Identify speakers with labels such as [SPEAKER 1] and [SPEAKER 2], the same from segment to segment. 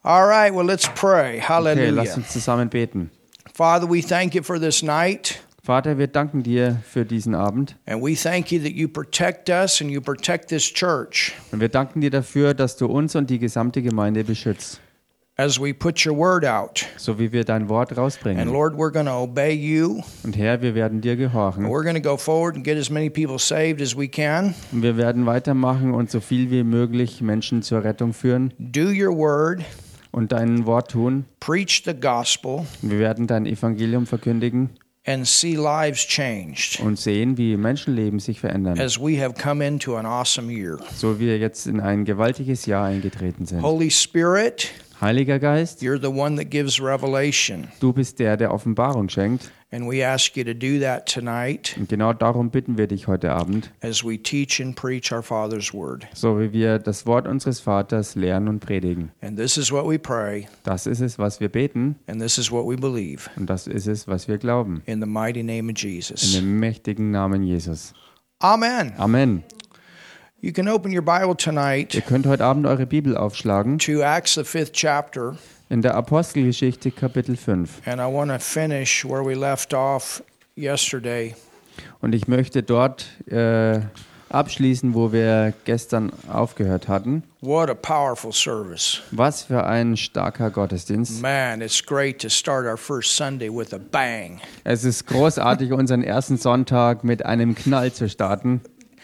[SPEAKER 1] All right, well, let's pray.
[SPEAKER 2] Okay,
[SPEAKER 1] Hallelujah.
[SPEAKER 2] lass uns zusammen beten.
[SPEAKER 1] Father, we thank you for this night,
[SPEAKER 2] Vater, wir danken dir für diesen Abend
[SPEAKER 1] and we thank you that you protect us and you protect this church
[SPEAKER 2] und wir danken dir dafür, dass du uns und die gesamte Gemeinde beschützt,
[SPEAKER 1] as we put your word out.
[SPEAKER 2] so wie wir dein Wort
[SPEAKER 1] And
[SPEAKER 2] rausbringen.
[SPEAKER 1] Lord, we're going to obey you.
[SPEAKER 2] Und Herr, wir werden dir gehorchen
[SPEAKER 1] We're going to go forward and get as many people saved as we can.
[SPEAKER 2] und wir werden weitermachen und so viel wie möglich Menschen zur Rettung führen
[SPEAKER 1] Do your word,
[SPEAKER 2] und dein Wort tun.
[SPEAKER 1] preach the gospel,
[SPEAKER 2] Wir werden dein Evangelium verkündigen
[SPEAKER 1] and see lives changed
[SPEAKER 2] und sehen, wie Menschenleben sich verändern,
[SPEAKER 1] as we have come into an awesome year.
[SPEAKER 2] so wie wir jetzt in ein gewaltiges Jahr eingetreten sind.
[SPEAKER 1] Holy Spirit,
[SPEAKER 2] Heiliger Geist,
[SPEAKER 1] you're the one that gives revelation,
[SPEAKER 2] du bist der, der Offenbarung schenkt.
[SPEAKER 1] and we ask you to do that tonight
[SPEAKER 2] Und genau darum bitten wir dich heute Abend,
[SPEAKER 1] as we teach and preach our Father's word.
[SPEAKER 2] so wie wir das Wort unseres Vaters lehren und predigen.
[SPEAKER 1] And this is what we pray,
[SPEAKER 2] Das ist es, was wir beten
[SPEAKER 1] and this is what we believe.
[SPEAKER 2] und das ist es, was wir glauben.
[SPEAKER 1] In the mighty name of
[SPEAKER 2] In
[SPEAKER 1] Jesus.
[SPEAKER 2] dem mächtigen Namen Jesus.
[SPEAKER 1] Amen.
[SPEAKER 2] Amen.
[SPEAKER 1] You can open your Bible
[SPEAKER 2] Ihr
[SPEAKER 1] tonight
[SPEAKER 2] könnt heute Abend eure Bibel aufschlagen
[SPEAKER 1] to Acts, the 5th chapter,
[SPEAKER 2] in der Apostelgeschichte Kapitel 5.
[SPEAKER 1] and I want to finish where we left off yesterday.
[SPEAKER 2] Und ich möchte dort abschließen, wo wir gestern aufgehört hatten.
[SPEAKER 1] What a powerful service.
[SPEAKER 2] Was für ein starker Gottesdienst.
[SPEAKER 1] Man, it's great to start our first Sunday with a bang.
[SPEAKER 2] Es ist großartig, unseren ersten Sonntag mit einem Knall zu starten.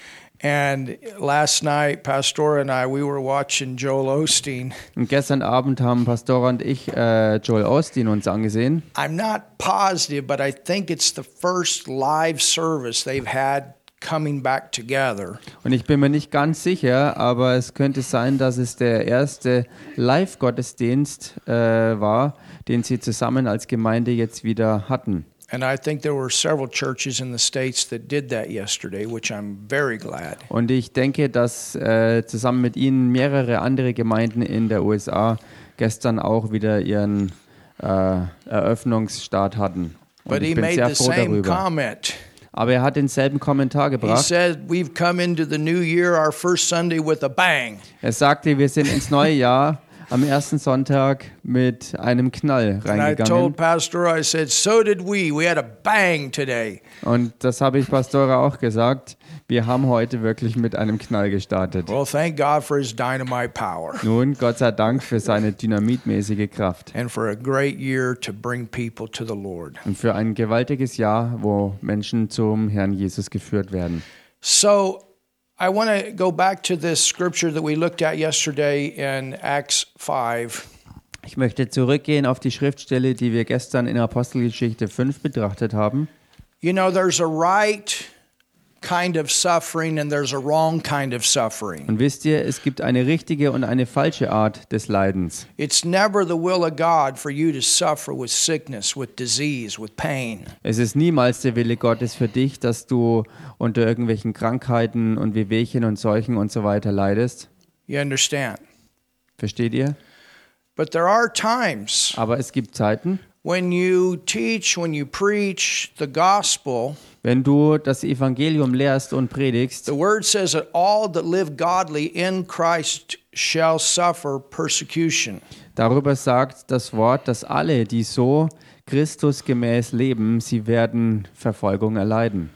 [SPEAKER 1] And last night, Pastor and I, we were watching Joel Osteen.
[SPEAKER 2] Und gestern Abend haben Pastor und ich Joel Osteen uns angesehen.
[SPEAKER 1] I'm not positive, but I think it's the first live service they've had coming back together.
[SPEAKER 2] Und ich bin mir nicht ganz sicher, aber es könnte sein, dass es der erste Live-Gottesdienst war, den sie zusammen als Gemeinde jetzt wieder hatten.
[SPEAKER 1] And I think there were several churches in the States that did that yesterday, which I'm very glad.
[SPEAKER 2] Und ich denke, dass zusammen mit ihnen mehrere andere Gemeinden in der USA gestern auch wieder ihren Eröffnungsstart hatten. Und
[SPEAKER 1] But he
[SPEAKER 2] ich bin
[SPEAKER 1] made
[SPEAKER 2] sehr
[SPEAKER 1] the
[SPEAKER 2] froh
[SPEAKER 1] same
[SPEAKER 2] darüber.
[SPEAKER 1] comment.
[SPEAKER 2] Aber er hat denselben Kommentar
[SPEAKER 1] He
[SPEAKER 2] gebracht.
[SPEAKER 1] said, we've come into the new year, our first Sunday, with a bang.
[SPEAKER 2] Er sagte, wir sind ins neue Jahr am ersten Sonntag mit einem Knall
[SPEAKER 1] And I
[SPEAKER 2] reingegangen.
[SPEAKER 1] told Pastor, I said, so did we. We had a bang today.
[SPEAKER 2] Und das habe ich Pastora auch gesagt. Wir haben heute wirklich mit einem Knall gestartet.
[SPEAKER 1] Well, thank God for his dynamite power
[SPEAKER 2] Nun, Gott sei Dank für seine dynamitmäßige Kraft
[SPEAKER 1] and for a great year to bring people to the Lord.
[SPEAKER 2] und für ein gewaltiges Jahr, wo Menschen zum Herrn Jesus geführt werden.
[SPEAKER 1] So I want to go back to this scripture that we looked at yesterday in Acts 5.
[SPEAKER 2] Ich möchte zurückgehen auf die Schriftstelle, die wir gestern in Apostelgeschichte 5 betrachtet haben.
[SPEAKER 1] You know, there's a right kind of suffering and there's a wrong kind of suffering.
[SPEAKER 2] Und wisst ihr, es gibt eine richtige und eine falsche Art des Leidens.
[SPEAKER 1] It's never the will of God for you to suffer with sickness, with disease, with pain.
[SPEAKER 2] Es ist niemals der Wille Gottes für dich, dass du unter irgendwelchen Krankheiten und Wehwehchen und Seuchen und so weiter leidest.
[SPEAKER 1] You understand?
[SPEAKER 2] Versteht ihr?
[SPEAKER 1] But there are times
[SPEAKER 2] Aber es gibt Zeiten,
[SPEAKER 1] when you teach, when you preach the gospel,
[SPEAKER 2] wenn du das Evangelium lehrst und predigst,
[SPEAKER 1] the word says that all that live godly in Christ shall suffer persecution.
[SPEAKER 2] darüber sagt das Wort, dass alle, die so Christusgemäß leben, sie werden Verfolgung erleiden.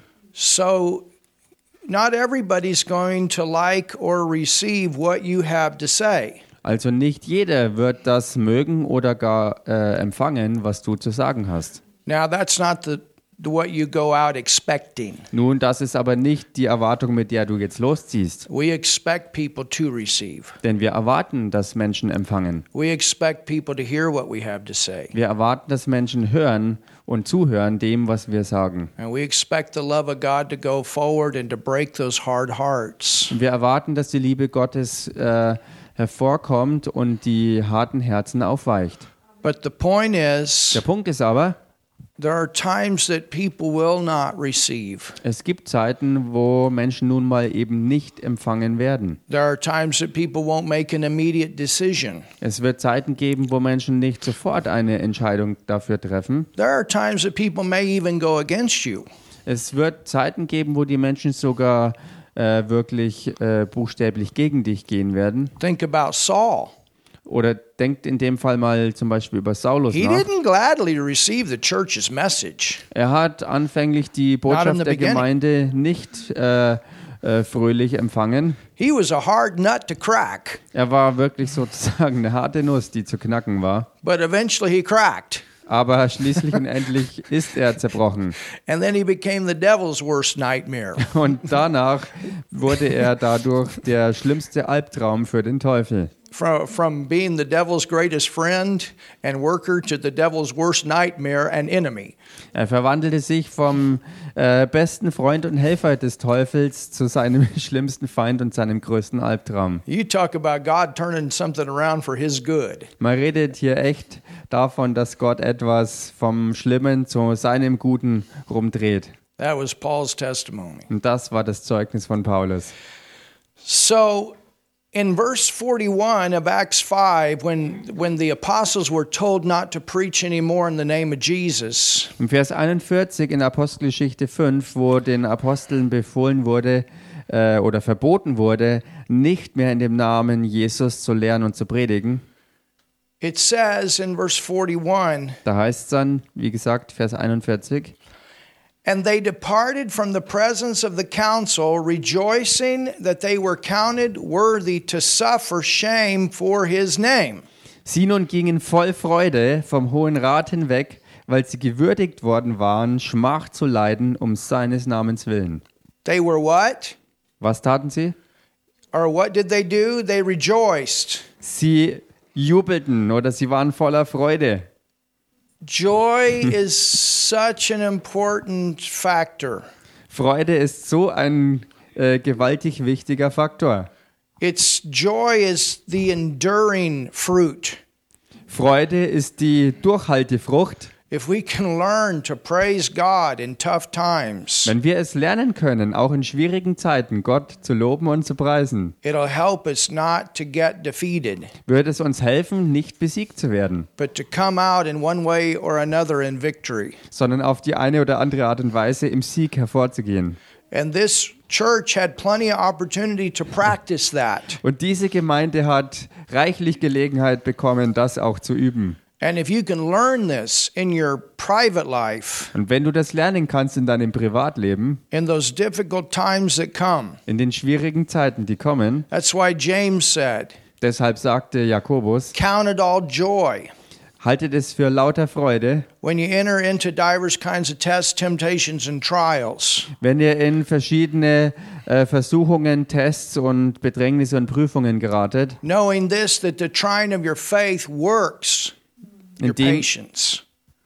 [SPEAKER 1] So not everybody's going to like or receive what you have to say.
[SPEAKER 2] Also nicht jeder wird das mögen oder gar empfangen, was du zu sagen hast.
[SPEAKER 1] Now that's not what you go out expecting.
[SPEAKER 2] Nun, das ist aber nicht die Erwartung, mit der du jetzt losziehst.
[SPEAKER 1] We expect people to receive.
[SPEAKER 2] Denn wir erwarten, dass Menschen empfangen.
[SPEAKER 1] We expect people to hear what we have to say.
[SPEAKER 2] Wir erwarten, dass Menschen hören und zuhören dem, was wir sagen.
[SPEAKER 1] And we expect the love of God to go forward and to break those hard hearts.
[SPEAKER 2] Und wir erwarten, dass die Liebe Gottes hervorkommt und die harten Herzen aufweicht.
[SPEAKER 1] But the point is,
[SPEAKER 2] Der Punkt ist aber,
[SPEAKER 1] there are times that people will not receive.
[SPEAKER 2] es gibt Zeiten, wo Menschen nun mal eben nicht empfangen werden.
[SPEAKER 1] There are times that people won't make an immediate decision.
[SPEAKER 2] Es wird Zeiten geben, wo Menschen nicht sofort eine Entscheidung dafür treffen.
[SPEAKER 1] There are times that people may even go against you.
[SPEAKER 2] Es wird Zeiten geben, wo die Menschen sogar wirklich buchstäblich gegen dich gehen werden.
[SPEAKER 1] Think about Saul.
[SPEAKER 2] Oder denkt in dem Fall mal zum Beispiel über Saulus
[SPEAKER 1] He
[SPEAKER 2] nach.
[SPEAKER 1] didn't gladly receive the church's message.
[SPEAKER 2] Er hat anfänglich die Botschaft
[SPEAKER 1] the
[SPEAKER 2] der
[SPEAKER 1] beginning.
[SPEAKER 2] Gemeinde nicht fröhlich empfangen.
[SPEAKER 1] He was a hard nut to crack,
[SPEAKER 2] Er war wirklich sozusagen eine harte Nuss, die zu knacken war.
[SPEAKER 1] but eventually he cracked.
[SPEAKER 2] Aber schließlich und endlich ist er zerbrochen.
[SPEAKER 1] And then he became the devil's worst nightmare.
[SPEAKER 2] Und danach wurde er dadurch der schlimmste Albtraum für den Teufel.
[SPEAKER 1] From being the devil's greatest friend and worker to the devil's worst nightmare and enemy.
[SPEAKER 2] Er verwandelte sich vom besten Freund und Helfer des Teufels zu seinem schlimmsten Feind und seinem größten Albtraum.
[SPEAKER 1] You talk about God turning something around for his good.
[SPEAKER 2] Man redet hier echt davon, dass Gott etwas vom Schlimmen zu seinem Guten rumdreht.
[SPEAKER 1] That was Paul's testimony.
[SPEAKER 2] Und das war das Zeugnis von Paulus.
[SPEAKER 1] So in verse 41 of Acts 5, when the apostles were told not to preach anymore in the name of Jesus,
[SPEAKER 2] Im Vers 41 in Apostelgeschichte 5, wo den Aposteln befohlen wurde oder verboten wurde, nicht mehr in dem Namen Jesus zu lehren und zu predigen,
[SPEAKER 1] it says in verse 41,
[SPEAKER 2] da heißt es dann, wie gesagt, Vers 41,
[SPEAKER 1] and they departed from the presence of the council, rejoicing that they were counted worthy to suffer shame for his name.
[SPEAKER 2] sie nun gingen voll Freude vom Hohen Rat hinweg, weil sie gewürdigt worden waren, Schmach zu leiden um seines Namens willen.
[SPEAKER 1] They were what?
[SPEAKER 2] Was taten sie?
[SPEAKER 1] Or what did they do? They rejoiced.
[SPEAKER 2] Sie jubelten oder sie waren voller Freude.
[SPEAKER 1] Joy is such an important factor.
[SPEAKER 2] Freude ist so ein gewaltig wichtiger Faktor.
[SPEAKER 1] Joy is the enduring fruit.
[SPEAKER 2] Freude ist die Durchhaltefrucht.
[SPEAKER 1] If we can learn to praise God in tough times,
[SPEAKER 2] Wenn wir es lernen können, auch in schwierigen Zeiten Gott zu loben und zu preisen,
[SPEAKER 1] it'll help us not to get defeated,
[SPEAKER 2] wird es uns helfen, nicht besiegt zu werden,
[SPEAKER 1] but to come out in one way or another in victory.
[SPEAKER 2] sondern auf die eine oder andere Art und Weise im Sieg hervorzugehen.
[SPEAKER 1] And this church had plenty of opportunity to practice that.
[SPEAKER 2] Und diese Gemeinde hat reichlich Gelegenheit bekommen, das auch zu üben.
[SPEAKER 1] And if you can learn this in your private life,
[SPEAKER 2] Und wenn du das lernen kannst in deinem Privatleben,
[SPEAKER 1] in those difficult times that come,
[SPEAKER 2] in den schwierigen Zeiten, die kommen,
[SPEAKER 1] that's why James said,
[SPEAKER 2] deshalb sagte Jakobus,
[SPEAKER 1] count it all joy
[SPEAKER 2] haltet es für lauter Freude,
[SPEAKER 1] when you enter into divers kinds of tests, temptations, and trials.
[SPEAKER 2] wenn ihr in verschiedene Versuchungen, Tests und Bedrängnisse und Prüfungen geratet,
[SPEAKER 1] Knowing this, that the trying of your faith works your
[SPEAKER 2] indem,
[SPEAKER 1] patience.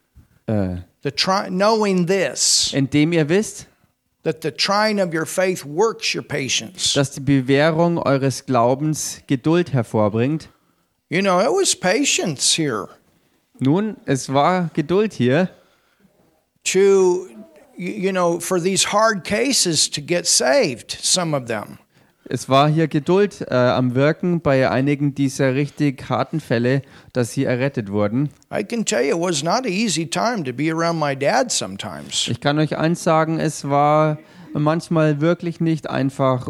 [SPEAKER 1] Knowing this,
[SPEAKER 2] indem ihr wisst,
[SPEAKER 1] that the trying of your faith works your patience.
[SPEAKER 2] dass die Bewährung eures Glaubens Geduld hervorbringt.
[SPEAKER 1] You know, it was patience here
[SPEAKER 2] Nun, es war Geduld hier,
[SPEAKER 1] to, for these hard cases to get saved, some of them.
[SPEAKER 2] es war hier Geduld am Wirken bei einigen dieser richtig harten Fälle, dass sie errettet wurden.
[SPEAKER 1] I can tell you, it was not an easy time to be around my dad sometimes.
[SPEAKER 2] Ich kann euch eins sagen, es war manchmal wirklich nicht einfach,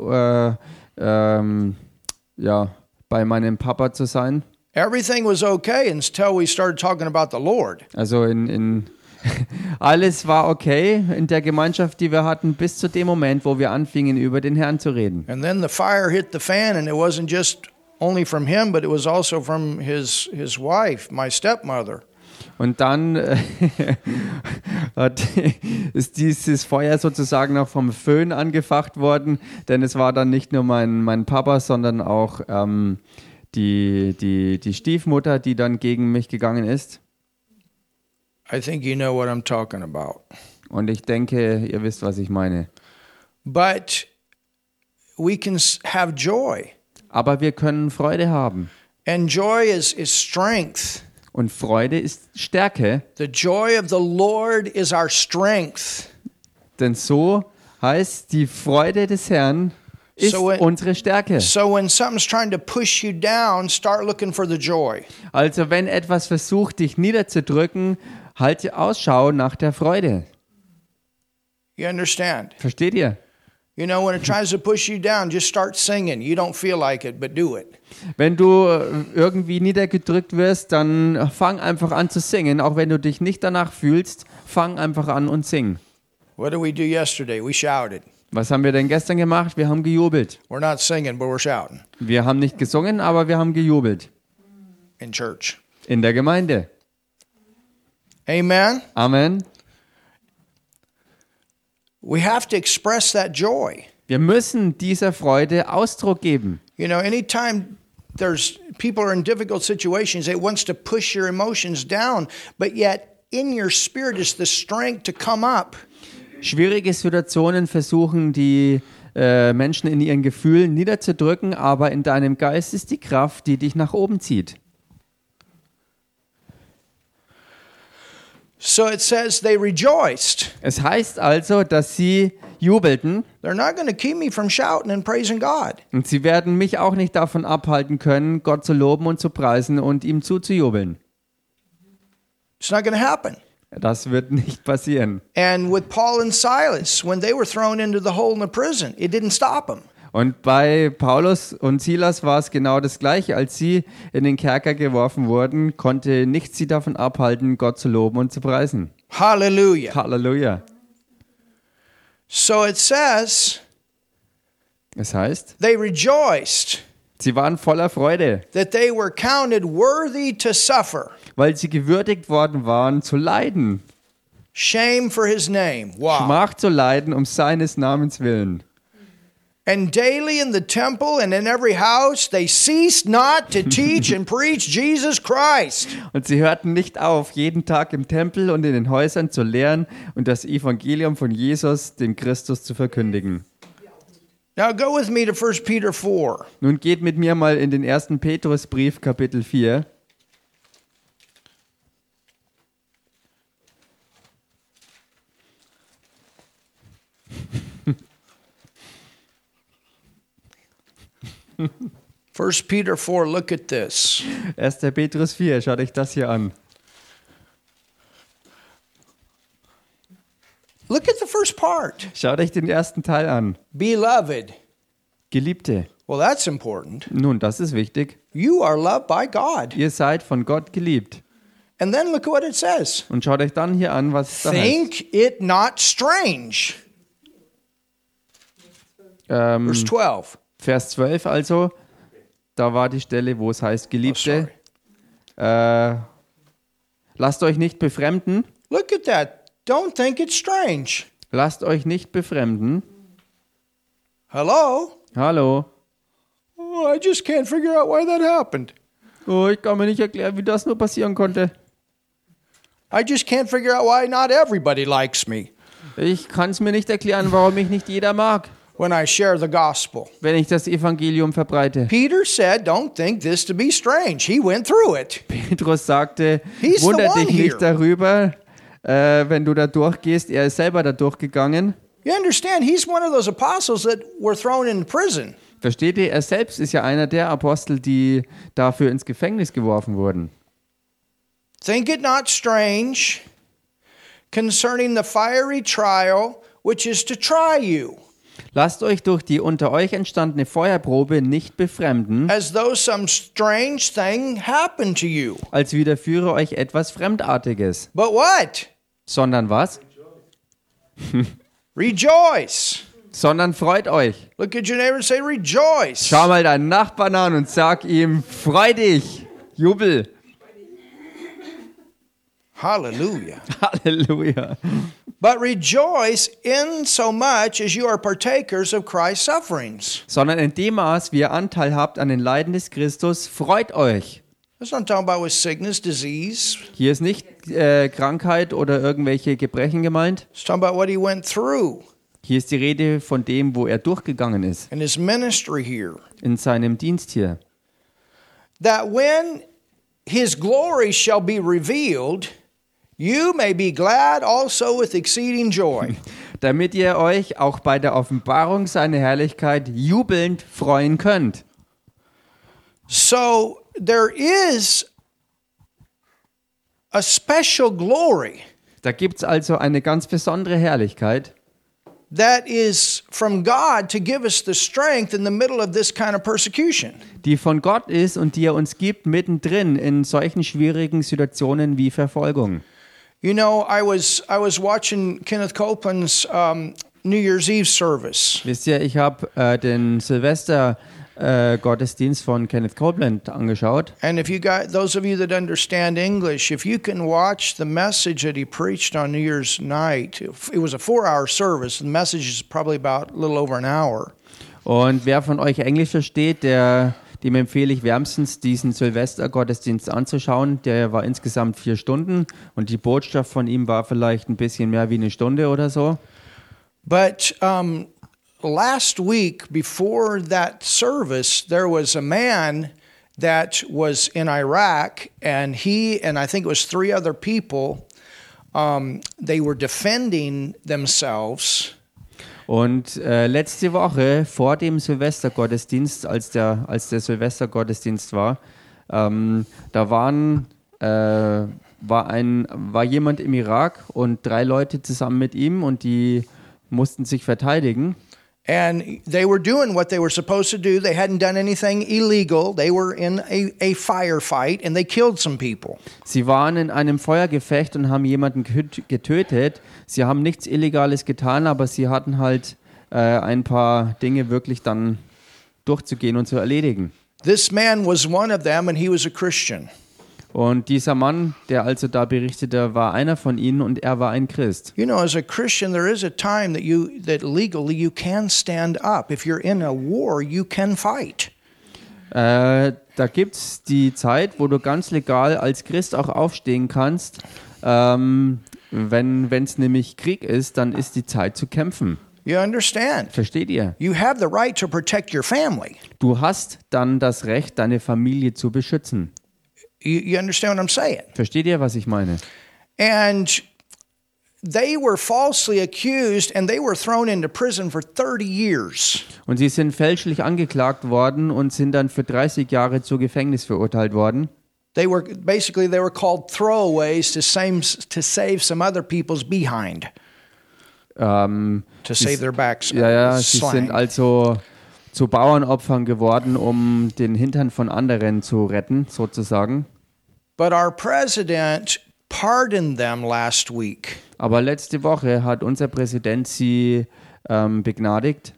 [SPEAKER 2] bei meinem Papa zu sein.
[SPEAKER 1] Everything was okay until we started talking about the Lord.
[SPEAKER 2] Also alles war okay in der Gemeinschaft, die wir hatten, bis zu dem Moment, wo wir anfingen, über den Herrn zu reden.
[SPEAKER 1] And then the fire hit the fan, and it wasn't just only from him, but it was also from his wife, my stepmother.
[SPEAKER 2] Und dann ist dieses Feuer sozusagen auch vom Föhn angefacht worden, denn es war dann nicht nur mein Papa, sondern auch die Stiefmutter, die dann gegen mich gegangen ist.
[SPEAKER 1] I think you know what I'm talking about.
[SPEAKER 2] Und ich denke, ihr wisst, was ich meine.
[SPEAKER 1] But we can have joy.
[SPEAKER 2] Aber wir können Freude haben.
[SPEAKER 1] And joy is strength.
[SPEAKER 2] Und Freude ist Stärke,
[SPEAKER 1] The joy of the Lord is our strength.
[SPEAKER 2] denn so heißt, die Freude des Herrn ist unsere Stärke.
[SPEAKER 1] So when something's trying to push you down, start looking for the joy.
[SPEAKER 2] Also wenn etwas versucht, dich niederzudrücken, halte Ausschau nach der Freude.
[SPEAKER 1] You understand?
[SPEAKER 2] Versteht ihr?
[SPEAKER 1] You know, when it tries to push you down, just start singing. You don't feel like it, but do it.
[SPEAKER 2] Wenn du irgendwie niedergedrückt wirst, dann fang einfach an zu singen. Auch wenn du dich nicht danach fühlst, fang einfach an und sing.
[SPEAKER 1] What did we do yesterday? We shouted.
[SPEAKER 2] Was haben wir denn gestern gemacht? Wir haben gejubelt.
[SPEAKER 1] We're not singing, but we're shouting
[SPEAKER 2] Wir haben nicht gesungen, aber wir haben gejubelt.
[SPEAKER 1] in church.
[SPEAKER 2] In der Gemeinde.
[SPEAKER 1] Amen.
[SPEAKER 2] Amen.
[SPEAKER 1] We have to express that joy.
[SPEAKER 2] Wir müssen dieser Freude Ausdruck geben.
[SPEAKER 1] You know, anytime there's people are in difficult situations, it wants to push your emotions down, but yet in your spirit is the strength to come up.
[SPEAKER 2] Schwierige Situationen versuchen die Menschen in ihren Gefühlen niederzudrücken, aber in deinem Geist ist die Kraft, die dich nach oben zieht.
[SPEAKER 1] So it says they rejoiced.
[SPEAKER 2] Es heißt also, dass sie jubelten
[SPEAKER 1] They're not going to keep me from shouting and praising God.
[SPEAKER 2] und sie werden mich auch nicht davon abhalten können, Gott zu loben und zu preisen und ihm zuzujubeln.
[SPEAKER 1] It's not going to happen.
[SPEAKER 2] Das wird nicht passieren.
[SPEAKER 1] And with Paul and Silas, when they were thrown into the hole in the prison, it didn't stop them.
[SPEAKER 2] Und bei Paulus und Silas war es genau das Gleiche. Als sie in den Kerker geworfen wurden, konnte nichts sie davon abhalten, Gott zu loben und zu preisen.
[SPEAKER 1] Hallelujah.
[SPEAKER 2] Halleluja.
[SPEAKER 1] So it says
[SPEAKER 2] Es heißt,
[SPEAKER 1] they rejoiced
[SPEAKER 2] sie waren voller Freude,
[SPEAKER 1] that they were counted worthy to suffer
[SPEAKER 2] weil sie gewürdigt worden waren, zu leiden.
[SPEAKER 1] shame for his name. Wow.
[SPEAKER 2] Schmach zu leiden um seines Namens willen.
[SPEAKER 1] And daily in the temple and in every house they ceased not to teach and preach Jesus Christ.
[SPEAKER 2] Und sie hörten nicht auf, jeden Tag im Tempel und in den Häusern zu lehren und das Evangelium von Jesus, den Christus, zu verkündigen.
[SPEAKER 1] Now go with me to 1 Peter 4.
[SPEAKER 2] Nun geht mit mir mal in den 1. Petrusbrief, Kapitel 4.
[SPEAKER 1] First Peter 4, look at this.
[SPEAKER 2] 1. Petrus 4, schaut euch das hier an.
[SPEAKER 1] Look at the first part.
[SPEAKER 2] Schaut euch den ersten Teil an.
[SPEAKER 1] Beloved.
[SPEAKER 2] Geliebte.
[SPEAKER 1] Well, that's important.
[SPEAKER 2] Nun, das ist wichtig.
[SPEAKER 1] You are loved by God.
[SPEAKER 2] Ihr seid von Gott geliebt.
[SPEAKER 1] And then look at what it says.
[SPEAKER 2] Und schaut euch dann hier an, was da heißt.
[SPEAKER 1] Think it not strange. Verse 12.
[SPEAKER 2] Vers 12 also, da war die Stelle, wo es heißt, Geliebte, lasst euch nicht befremden.
[SPEAKER 1] Look at that. Don't think it's strange.
[SPEAKER 2] Lasst euch nicht befremden.
[SPEAKER 1] Hello?
[SPEAKER 2] Hallo.
[SPEAKER 1] Oh, I just can't figure out why that happened.
[SPEAKER 2] Oh, ich kann mir nicht erklären, wie das nur passieren konnte.
[SPEAKER 1] I just can't figure out why not everybody likes me
[SPEAKER 2] Ich kann es mir nicht erklären, warum mich nicht jeder mag,
[SPEAKER 1] when I share the gospel.
[SPEAKER 2] wenn ich das Evangelium verbreite.
[SPEAKER 1] Peter said, don't think this to be strange. He went through it.
[SPEAKER 2] Petrus sagte,
[SPEAKER 1] He's the
[SPEAKER 2] wunder
[SPEAKER 1] one
[SPEAKER 2] dich
[SPEAKER 1] here.
[SPEAKER 2] nicht darüber, wenn du da durchgehst. Er ist selber da durchgegangen.
[SPEAKER 1] You understand, he's one of those apostles that were thrown in prison.
[SPEAKER 2] Versteht ihr, er selbst ist ja einer der Apostel, die dafür ins Gefängnis geworfen wurden.
[SPEAKER 1] Think it not strange concerning the fiery trial which is to try you,
[SPEAKER 2] Lasst euch durch die unter euch entstandene Feuerprobe nicht befremden,
[SPEAKER 1] as though some strange thing happened to you.
[SPEAKER 2] als widerführe euch etwas Fremdartiges.
[SPEAKER 1] But what?
[SPEAKER 2] Sondern was?
[SPEAKER 1] Rejoice.
[SPEAKER 2] Sondern freut euch.
[SPEAKER 1] Look at your neighbor and say, rejoice.
[SPEAKER 2] Schau mal deinen Nachbarn an und sag ihm, freu dich, jubel.
[SPEAKER 1] Hallelujah.
[SPEAKER 2] Halleluja.
[SPEAKER 1] But rejoice in so much as you are partakers of Christ's sufferings.
[SPEAKER 2] Sondern in dem Maß, wie ihr Anteil habt an den Leiden des Christus, freut euch.
[SPEAKER 1] That's not talking about with sickness, disease.
[SPEAKER 2] Hier ist nicht Krankheit oder irgendwelche Gebrechen gemeint.
[SPEAKER 1] It's talking about what he went through
[SPEAKER 2] Hier ist die Rede von dem, wo er durchgegangen ist,
[SPEAKER 1] in his ministry here.
[SPEAKER 2] in seinem Dienst hier.
[SPEAKER 1] That when his glory shall be revealed, you may be glad also with exceeding joy.
[SPEAKER 2] Damit ihr euch auch bei der Offenbarung seiner Herrlichkeit jubelnd freuen könnt.
[SPEAKER 1] So there is a special glory
[SPEAKER 2] Da gibt es also eine ganz besondere Herrlichkeit,
[SPEAKER 1] that is from God to give us the strength in the middle of this kind of persecution.
[SPEAKER 2] Die von Gott ist und die er uns gibt mittendrin in solchen schwierigen Situationen wie Verfolgung.
[SPEAKER 1] You know, I was watching Kenneth Copeland's New Year's Eve service.
[SPEAKER 2] Wisst ihr, ich habe den Silvester-Gottesdienst von Kenneth Copeland angeschaut.
[SPEAKER 1] And if you got those of you that understand English, if you can watch the message that he preached on New Year's night, it was a 4-hour service. The message is probably about a little over an hour.
[SPEAKER 2] Und wer von euch Englisch versteht, dem empfehle ich wärmstens, diesen Silvester-Gottesdienst anzuschauen. Der war insgesamt 4 Stunden und die Botschaft von ihm war vielleicht ein bisschen mehr wie eine Stunde oder so.
[SPEAKER 1] But last week, before that service, there was a man that was in Iraq, and he and I think it was 3 other people, they were defending themselves.
[SPEAKER 2] Und letzte Woche vor dem Silvestergottesdienst, als der Silvestergottesdienst war, da war jemand im Irak und 3 Leute zusammen mit ihm und die mussten sich verteidigen.
[SPEAKER 1] And they were doing what they were supposed to do. They hadn't done anything illegal. They were in a firefight and they killed some people.
[SPEAKER 2] Sie waren in einem Feuergefecht und haben jemanden getötet. Sie haben nichts Illegales getan, aber sie hatten halt ein paar Dinge wirklich dann durchzugehen und zu erledigen.
[SPEAKER 1] This man was one of them and he was a Christian.
[SPEAKER 2] Und dieser Mann, der also da berichtete, war einer von ihnen und er war ein Christ.
[SPEAKER 1] You know, as a Christian, there is a time that legally you can stand up. If you're in a war, you can fight.
[SPEAKER 2] Da gibt es die Zeit, wo du ganz legal als Christ auch aufstehen kannst. Wenn es nämlich Krieg ist, dann ist die Zeit zu kämpfen.
[SPEAKER 1] You understand?
[SPEAKER 2] Versteht ihr?
[SPEAKER 1] You have the right to protect your family.
[SPEAKER 2] Du hast dann das Recht, deine Familie zu beschützen.
[SPEAKER 1] You understand what I'm saying?
[SPEAKER 2] Versteht ihr, was ich meine?
[SPEAKER 1] And they were falsely accused and they were thrown into prison for 30 years.
[SPEAKER 2] Und sie sind fälschlich angeklagt worden und sind dann für 30 Jahre zu Gefängnis verurteilt worden.
[SPEAKER 1] They were called throwaways to save some other people's behind. To save their backs.
[SPEAKER 2] Ja, sie sind also zu Bauernopfern geworden, um den Hintern von anderen zu retten, sozusagen.
[SPEAKER 1] But our president pardoned them last week.
[SPEAKER 2] Aber letzte Woche hat unser Präsident sie begnadigt.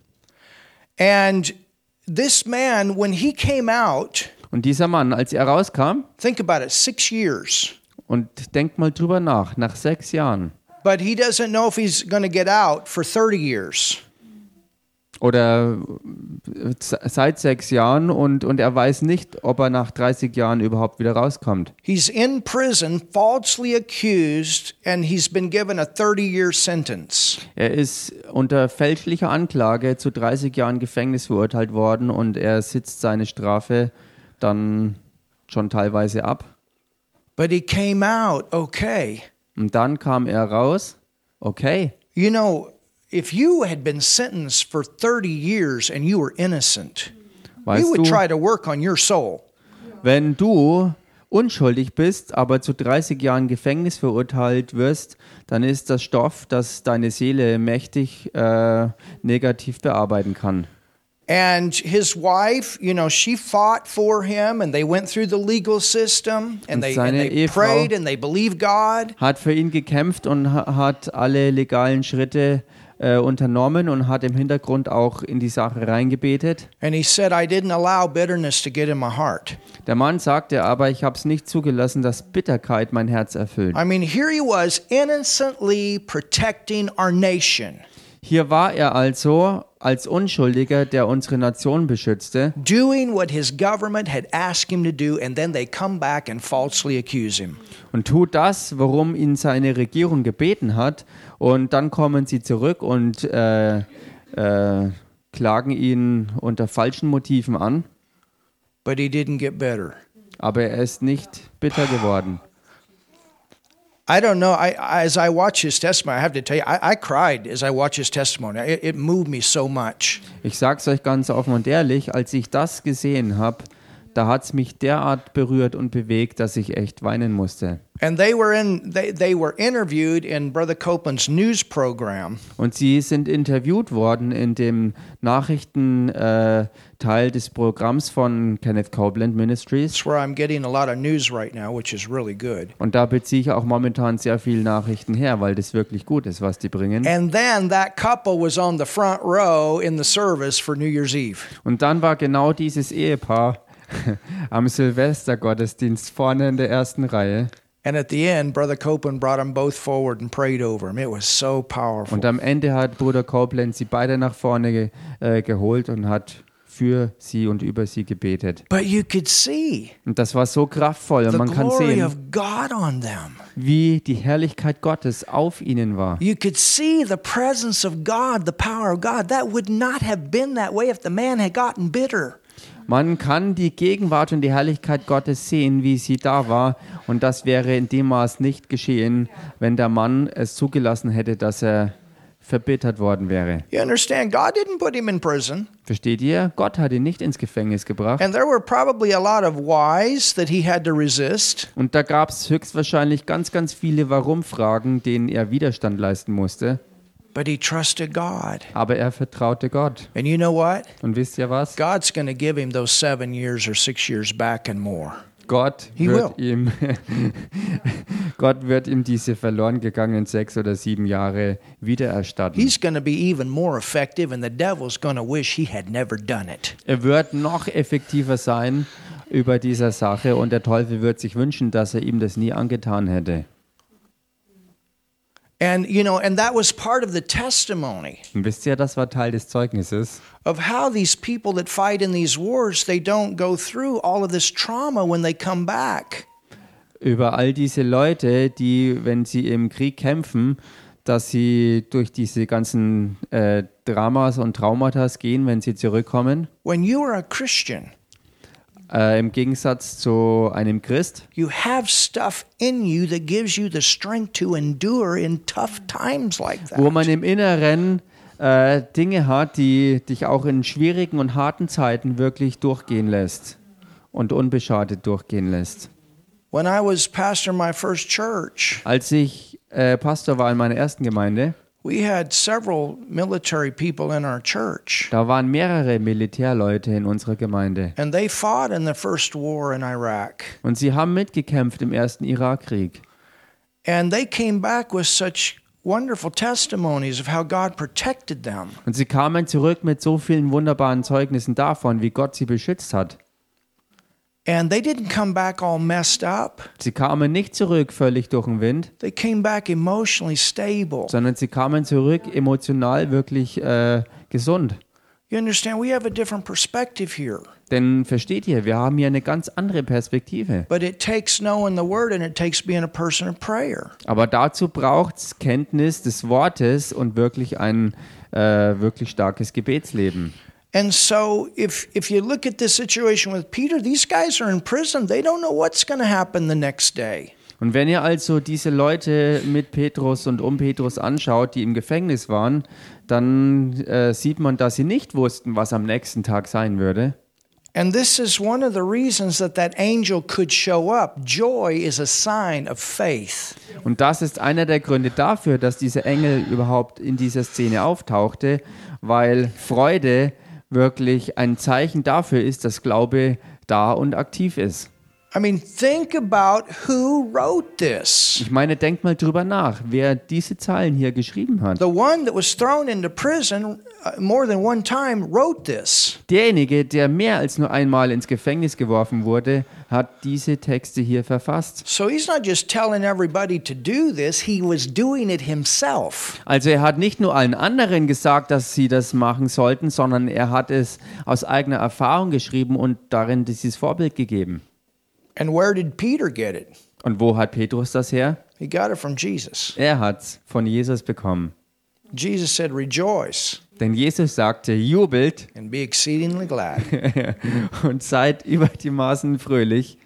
[SPEAKER 1] And this man, when he came out,
[SPEAKER 2] und dieser Mann, als er rauskam,
[SPEAKER 1] think about it, 6 years.
[SPEAKER 2] Und denkt mal drüber nach 6 Jahren.
[SPEAKER 1] But he doesn't know if he's going to get out for 30 years.
[SPEAKER 2] Oder seit 6 Jahren und er weiß nicht, ob er nach 30 Jahren überhaupt wieder rauskommt.
[SPEAKER 1] He's in prison, falsely accused, and he's been given a 30-year sentence.
[SPEAKER 2] Er ist unter fälschlicher Anklage zu 30 Jahren Gefängnis verurteilt worden und er sitzt seine Strafe dann schon teilweise ab.
[SPEAKER 1] But he came out okay.
[SPEAKER 2] Und dann kam er raus, okay.
[SPEAKER 1] You know, if you had been sentenced for 30 years and you were innocent, you would try to work on your soul.
[SPEAKER 2] Wenn du unschuldig bist, aber zu 30 Jahren Gefängnis verurteilt wirst, dann ist das Stoff, das deine Seele mächtig negativ bearbeiten kann.
[SPEAKER 1] And his wife, you know, she fought for him and they went through the legal system and they prayed and they believed God.
[SPEAKER 2] Hat für ihn gekämpft und hat alle legalen Schritte unternommen und hat im Hintergrund auch in die Sache reingebetet.
[SPEAKER 1] And he said, I didn't allow bitterness to get in my heart.
[SPEAKER 2] Der Mann sagte aber, ich habe es nicht zugelassen, dass Bitterkeit mein Herz erfüllt.
[SPEAKER 1] I mean, here he was innocently protecting our nation.
[SPEAKER 2] Hier war er also als Unschuldiger, der unsere Nation beschützte.
[SPEAKER 1] Doing what his government had asked him to do, and then they come back and falsely accuse him.
[SPEAKER 2] Und tut das, worum ihn seine Regierung gebeten hat, und dann kommen sie zurück und klagen ihn unter falschen Motiven an.
[SPEAKER 1] But he didn't get better.
[SPEAKER 2] Aber er ist nicht bitter geworden.
[SPEAKER 1] I don't know. As I watch his testimony, I have to tell you, I cried as I watch his testimony. It moved me so much.
[SPEAKER 2] Ich sag's euch ganz offen und ehrlich, als ich das gesehen habe, da hat es mich derart berührt und bewegt, dass ich echt weinen musste.
[SPEAKER 1] And they were interviewed in Brother Copeland's news program.
[SPEAKER 2] Und sie sind interviewt worden in dem Nachrichtenteil des Programms von Kenneth Copeland Ministries.
[SPEAKER 1] That's where I'm getting a lot of news right now, which is really good.
[SPEAKER 2] Und da beziehe ich auch momentan sehr viel Nachrichten her, weil das wirklich gut ist, was die bringen.
[SPEAKER 1] And then that couple was on the front row in the service for New Year's Eve.
[SPEAKER 2] Und dann war genau dieses Ehepaar am Silvestergottesdienst vorne in der ersten Reihe.
[SPEAKER 1] And at the end, Brother Copeland brought them both forward and prayed over them. It was so powerful.
[SPEAKER 2] Und am Ende hat Bruder Copeland sie beide nach vorne geholt und hat für sie und über sie gebetet.
[SPEAKER 1] But you could see
[SPEAKER 2] Und das war so kraftvoll und
[SPEAKER 1] the
[SPEAKER 2] man kann
[SPEAKER 1] glory
[SPEAKER 2] sehen,
[SPEAKER 1] of God on them.
[SPEAKER 2] wie die Herrlichkeit Gottes auf ihnen war.
[SPEAKER 1] You could see the presence of God, the power of God. That would not have been that way if the man had gotten bitter.
[SPEAKER 2] Man kann die Gegenwart und die Herrlichkeit Gottes sehen, wie sie da war. Und das wäre in dem Maß nicht geschehen, wenn der Mann es zugelassen hätte, dass er verbittert worden wäre.
[SPEAKER 1] You understand? God didn't put him in prison.
[SPEAKER 2] Versteht ihr? Gott hat ihn nicht ins Gefängnis gebracht.
[SPEAKER 1] And there were probably a lot of whys that he had to resist.
[SPEAKER 2] Und da gab es höchstwahrscheinlich ganz, ganz viele Warum-Fragen, denen er Widerstand leisten musste.
[SPEAKER 1] But he trusted God.
[SPEAKER 2] Aber er vertraute Gott.
[SPEAKER 1] And you know what?
[SPEAKER 2] Und wisst ihr was?
[SPEAKER 1] God's going to give him those 7 years or 6 years back and more.
[SPEAKER 2] Gott wird ihm diese verloren gegangenen 6 oder 7 Jahre wiedererstatten.
[SPEAKER 1] He's going to be even more effective, and the devil's going to wish he had never done it.
[SPEAKER 2] Er wird noch effektiver sein über dieser Sache und der Teufel wird sich wünschen, dass er ihm das nie angetan hätte.
[SPEAKER 1] And and that was part of the testimony
[SPEAKER 2] Und wisst ihr, das war Teil des Zeugnisses,
[SPEAKER 1] of how these people that fight in these wars, they don't go through all of this trauma when they come back.
[SPEAKER 2] über all diese Leute, die, wenn sie im Krieg kämpfen, dass sie durch diese ganzen Dramas und Traumata gehen, wenn sie zurückkommen.
[SPEAKER 1] When you are a Christian,
[SPEAKER 2] Im Gegensatz zu einem Christ,
[SPEAKER 1] you have stuff in you that gives you the strength to endure in tough times like that.
[SPEAKER 2] wo man im Inneren Dinge hat, die dich auch in schwierigen und harten Zeiten wirklich durchgehen lässt und unbeschadet durchgehen lässt.
[SPEAKER 1] When I was pastor in my first church,
[SPEAKER 2] Als ich Pastor war in meiner ersten Gemeinde,
[SPEAKER 1] we had several military people in our church,
[SPEAKER 2] da waren mehrere Militärleute in unserer Gemeinde.
[SPEAKER 1] and they fought in the first war in Iraq.
[SPEAKER 2] Und sie haben mitgekämpft im ersten Irakkrieg.
[SPEAKER 1] And they came back with such wonderful testimonies of how God protected them.
[SPEAKER 2] Und sie kamen zurück mit so vielen wunderbaren Zeugnissen davon, wie Gott sie beschützt hat.
[SPEAKER 1] And they didn't come back all messed up.
[SPEAKER 2] Sie kamen nicht zurück völlig durch den Wind,
[SPEAKER 1] They came back emotionally stable.
[SPEAKER 2] sondern sie kamen zurück emotional wirklich gesund.
[SPEAKER 1] You understand? We have a different perspective here.
[SPEAKER 2] Denn versteht ihr, wir haben hier eine ganz andere Perspektive.
[SPEAKER 1] But it takes knowing the word, and it takes being a person of prayer.
[SPEAKER 2] Aber dazu braucht es Kenntnis des Wortes und wirklich ein wirklich starkes Gebetsleben.
[SPEAKER 1] And so if you look at this situation with Peter, these guys are in prison. They don't know what's going to happen the next day.
[SPEAKER 2] Und wenn ihr also diese Leute mit Petrus und um Petrus anschaut, die im Gefängnis waren, dann sieht man, dass sie nicht wussten, was am nächsten Tag sein würde.
[SPEAKER 1] And this is one of the reasons that angel could show up. Joy is a sign of faith.
[SPEAKER 2] Und das ist einer der Gründe dafür, dass dieser Engel überhaupt in dieser Szene auftauchte, weil Freude wirklich ein Zeichen dafür ist, dass Glaube da und aktiv ist.
[SPEAKER 1] I mean, think about who wrote this.
[SPEAKER 2] Ich meine, denkt mal drüber nach, wer diese Zeilen hier geschrieben hat.
[SPEAKER 1] The one that was thrown into prison more than one time wrote this.
[SPEAKER 2] Derjenige, der mehr als nur einmal ins Gefängnis geworfen wurde, hat diese Texte hier verfasst.
[SPEAKER 1] So he's not just telling everybody to do this, he was doing it himself.
[SPEAKER 2] Also er hat nicht nur allen anderen gesagt, dass sie das machen sollten, sondern er hat es aus eigener Erfahrung geschrieben und darin dieses Vorbild gegeben.
[SPEAKER 1] And where did Peter get it?
[SPEAKER 2] Und wo hat Petrus das her?
[SPEAKER 1] He got it from Jesus.
[SPEAKER 2] Er hat's von Jesus bekommen.
[SPEAKER 1] Jesus said, "Rejoice
[SPEAKER 2] Denn Jesus sagte, jubelt
[SPEAKER 1] and be exceedingly glad."
[SPEAKER 2] und seid über die Maßen fröhlich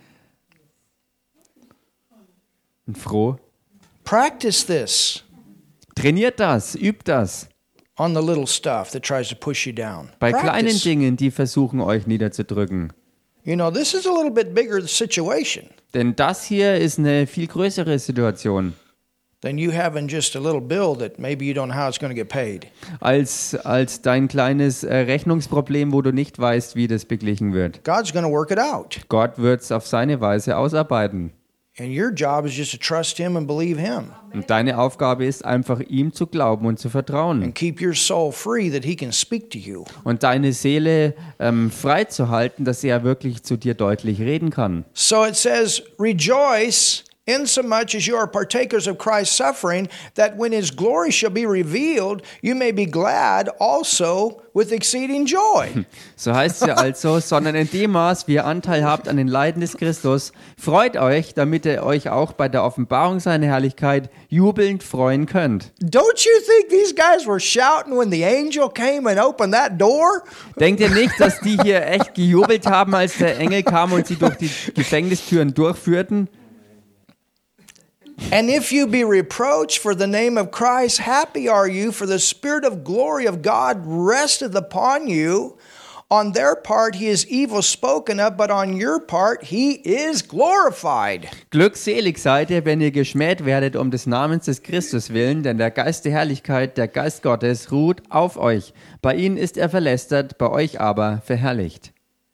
[SPEAKER 2] und froh.
[SPEAKER 1] Practice this
[SPEAKER 2] Trainiert das, übt das.
[SPEAKER 1] on the little stuff that tries to push you down.
[SPEAKER 2] Bei kleinen
[SPEAKER 1] Practice.
[SPEAKER 2] Dingen, die versuchen, euch niederzudrücken.
[SPEAKER 1] You know, this is a little bit bigger situation
[SPEAKER 2] Denn das hier ist eine viel größere Situation,
[SPEAKER 1] than you having just a little bill that maybe you don't know how it's going to get paid.
[SPEAKER 2] als dein kleines Rechnungsproblem, wo du nicht weißt, wie das beglichen wird.
[SPEAKER 1] God's going to work it out.
[SPEAKER 2] Gott wird es auf seine Weise ausarbeiten.
[SPEAKER 1] And your job is just to trust him and believe him
[SPEAKER 2] Und deine Aufgabe ist einfach, ihm zu glauben und zu vertrauen.
[SPEAKER 1] and keep your soul free that he can speak to you.
[SPEAKER 2] Und deine Seele frei zu halten, dass er wirklich zu dir deutlich reden kann.
[SPEAKER 1] So it says, rejoice insomuch as you are partakers of Christ's suffering, that when his glory shall be revealed, you may be glad also with exceeding joy.
[SPEAKER 2] So heißt es ja also, sondern in dem Maß, wie ihr Anteil habt an den Leiden des Christus, freut euch, damit ihr euch auch bei der Offenbarung seiner Herrlichkeit jubelnd freuen könnt.
[SPEAKER 1] Don't you think these guys were shouting when the angel came and opened that door?
[SPEAKER 2] Denkt ihr nicht, dass die hier echt gejubelt haben, als der Engel kam und sie durch die Gefängnistüren durchführten?
[SPEAKER 1] And if you be reproached for the name of Christ, happy are you, for the Spirit of glory of God resteth upon you. On their part he is evil spoken of, but on your part he is glorified.
[SPEAKER 2] Glückselig seid ihr, wenn ihr geschmäht werdet um des Namens des Christus willen, denn der Geist der Herrlichkeit, der Geist Gottes, ruht auf euch. Bei ihnen ist er verlästert, bei euch aber verherrlicht.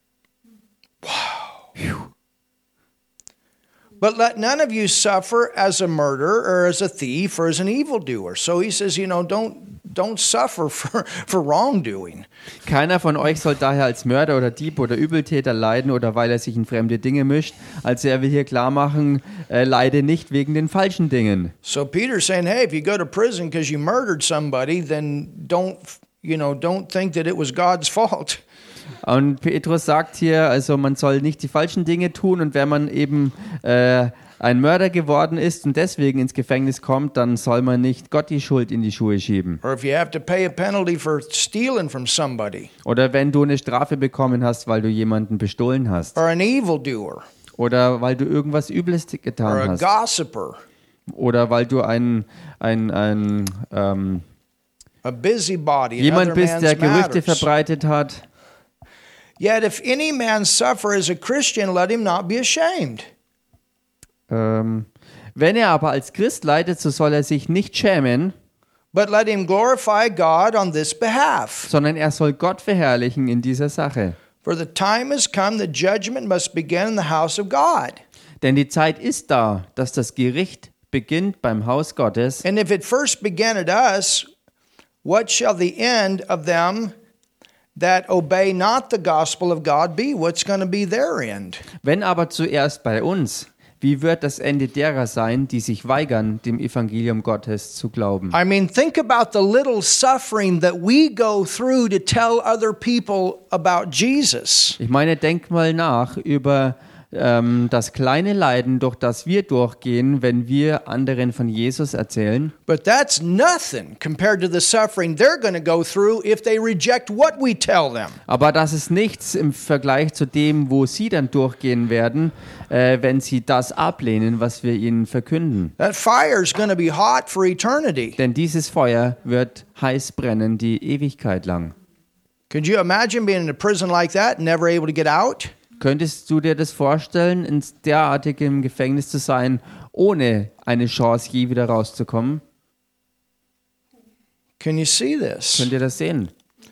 [SPEAKER 1] But let none of you suffer as a murderer or as a thief or as an evildoer. So he says, you know, don't suffer for wrongdoing.
[SPEAKER 2] Keiner von euch soll daher als Mörder oder Dieb oder Übeltäter leiden oder weil er sich in fremde Dinge mischt. Also er will hier klar machen, leide nicht wegen den falschen Dingen.
[SPEAKER 1] So Peter's saying, hey, if you go to prison because you murdered somebody, then don't think that it was God's fault.
[SPEAKER 2] Und Petrus sagt hier, also man soll nicht die falschen Dinge tun und wenn man eben ein Mörder geworden ist und deswegen ins Gefängnis kommt, dann soll man nicht Gott die Schuld in die Schuhe schieben.
[SPEAKER 1] Or if you have to pay a penalty for stealing from somebody.
[SPEAKER 2] Oder wenn du eine Strafe bekommen hast, weil du jemanden bestohlen hast.
[SPEAKER 1] Or an evildoer.
[SPEAKER 2] Oder weil du irgendwas Übles
[SPEAKER 1] Or
[SPEAKER 2] getan
[SPEAKER 1] a
[SPEAKER 2] hast.
[SPEAKER 1] gossiper.
[SPEAKER 2] Oder weil du
[SPEAKER 1] A busybody in
[SPEAKER 2] jemand
[SPEAKER 1] other
[SPEAKER 2] bist, der
[SPEAKER 1] man's
[SPEAKER 2] Gerüchte
[SPEAKER 1] matters.
[SPEAKER 2] verbreitet hat.
[SPEAKER 1] Yet if any man suffer as a Christian, let him not be ashamed.
[SPEAKER 2] Wenn er aber als Christ leidet, so soll er sich nicht schämen,
[SPEAKER 1] But let him glorify God on this behalf.
[SPEAKER 2] sondern er soll Gott verherrlichen in dieser Sache.
[SPEAKER 1] For the time has come that judgment must begin in the house of God.
[SPEAKER 2] Denn die Zeit ist da, dass das Gericht beginnt beim Haus Gottes.
[SPEAKER 1] And if it first began at us, what shall the end of them that obey not the gospel of God be? What's going to be their end?
[SPEAKER 2] Wenn aber zuerst bei uns, wie wird das Ende derer sein, die sich weigern, dem Evangelium Gottes zu glauben?
[SPEAKER 1] I mean, think about the little suffering that we go through to tell other people about Jesus.
[SPEAKER 2] Ich meine, denk mal nach über das kleine Leiden, durch das wir durchgehen, wenn wir anderen von Jesus erzählen.
[SPEAKER 1] But that's nothing compared to the suffering they're going to go through if they reject what we tell them.
[SPEAKER 2] Aber das ist nichts im Vergleich zu dem, wo sie dann durchgehen werden, wenn sie das ablehnen, was wir ihnen verkünden.
[SPEAKER 1] That fire is going to be hot for eternity.
[SPEAKER 2] Denn dieses Feuer wird heiß brennen die Ewigkeit lang.
[SPEAKER 1] Could you imagine being in a prison like that and never able to get out?
[SPEAKER 2] Könntest du dir das vorstellen, in derartigem Gefängnis zu sein, ohne eine Chance, je wieder rauszukommen?
[SPEAKER 1] Can you see this?
[SPEAKER 2] Könnt ihr das sehen?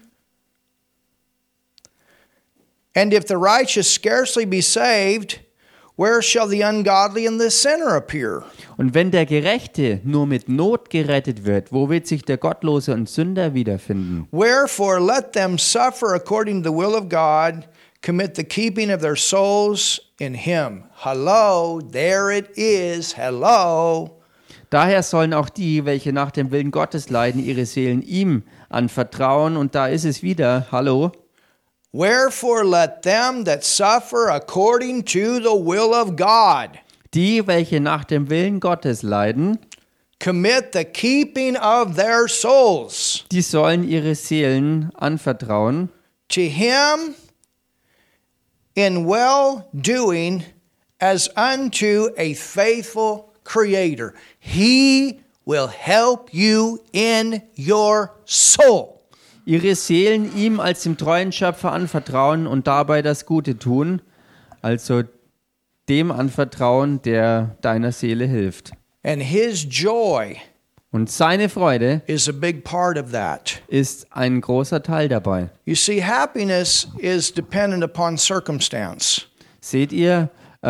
[SPEAKER 1] And if the righteous scarcely be saved, where shall the ungodly and the sinner appear?
[SPEAKER 2] Und wenn der Gerechte nur mit Not gerettet wird, wo wird sich der Gottlose und Sünder wiederfinden?
[SPEAKER 1] Wherefore let them suffer according to the will of God, commit the keeping of their souls in him. Hello, there it is. Hello.
[SPEAKER 2] Daher sollen auch die, welche nach dem Willen Gottes leiden, ihre Seelen ihm anvertrauen. Und da ist es wieder, hallo.
[SPEAKER 1] Wherefore let them that suffer according to the will of God
[SPEAKER 2] Die, welche nach dem Willen Gottes leiden,
[SPEAKER 1] commit the keeping of their souls
[SPEAKER 2] die sollen ihre Seelen anvertrauen.
[SPEAKER 1] to him in well-doing as unto a faithful Creator. He will help you in your soul.
[SPEAKER 2] Ihre Seelen ihm als dem treuen Schöpfer anvertrauen und dabei das Gute tun. Also dem anvertrauen, der deiner Seele hilft.
[SPEAKER 1] And his joy
[SPEAKER 2] Und seine Freude
[SPEAKER 1] is a big part of that.
[SPEAKER 2] ist ein großer Teil dabei.
[SPEAKER 1] You see, happiness is dependent upon circumstance.
[SPEAKER 2] Seht ihr,